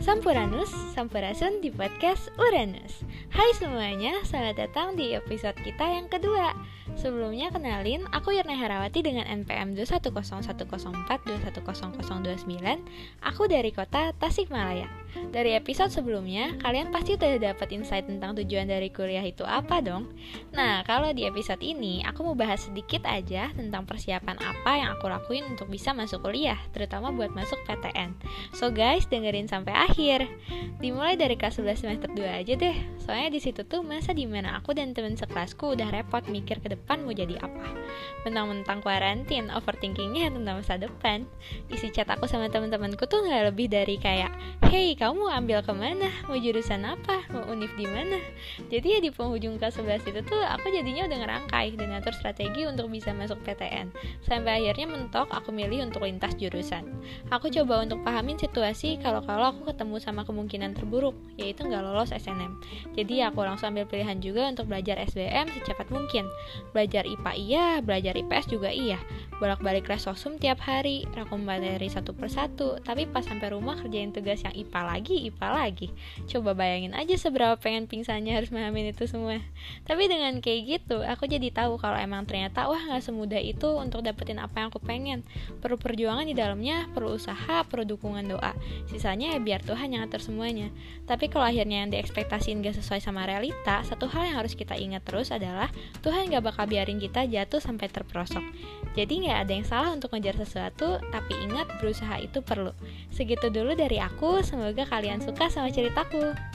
Sampuranus, Sampurasun di podcast Uranus. Hai semuanya, selamat datang di episode kita yang kedua. Sebelumnya kenalin, aku Yurna Herawati dengan NPM 21014210029. Aku dari kota Tasikmalaya. Dari episode sebelumnya, kalian pasti udah dapat insight tentang tujuan dari kuliah itu apa dong? Nah, kalau di episode ini, aku mau bahas sedikit aja tentang persiapan apa yang aku lakuin untuk bisa masuk kuliah, terutama buat masuk PTN. So guys, dengerin sampai akhir. Dimulai dari kelas 11 semester 2 aja deh. Soalnya di situ tuh masa dimana aku dan temen sekelasku udah repot mikir ke depan mau jadi apa. Mentang-mentang kuarantin, overthinkingnya tentang masa depan. Isi chat aku sama temen-temenku tuh gak lebih dari kayak, hey, kamu mau ambil kemana? Mau jurusan apa? Mau univ di mana? Jadi ya di penghujung kelas 11 itu tuh aku jadinya udah ngerangkai dan ngatur strategi untuk bisa masuk PTN. Sampai akhirnya mentok aku milih untuk lintas jurusan. Aku coba untuk pahamin situasi kalau aku ketemu sama kemungkinan terburuk, yaitu gak lolos SNM. Jadi aku langsung ambil pilihan juga untuk belajar SBM secepat mungkin. Belajar IPA iya, belajar IPS juga iya. Bolak-balik les sosum tiap hari, rangkum materi satu persatu. Tapi pas sampai rumah kerjain tugas yang IPA lagi. Coba bayangin aja seberapa pengen pingsannya harus memahamin itu semua. Tapi dengan kayak gitu, aku jadi tahu kalau emang ternyata gak semudah itu untuk dapetin apa yang aku pengen. Perlu perjuangan di dalamnya, perlu usaha, perlu dukungan doa. Sisanya ya biar Tuhan yang atur semuanya. Tapi kalau akhirnya yang diekspektasiin gak sesuai sama realita, satu hal yang harus kita ingat terus adalah Tuhan gak bakal biarin kita jatuh sampai terperosok. Jadi gak ada yang salah untuk ngejar sesuatu, tapi ingat berusaha itu perlu. Segitu dulu dari aku, semoga kalian suka sama ceritaku.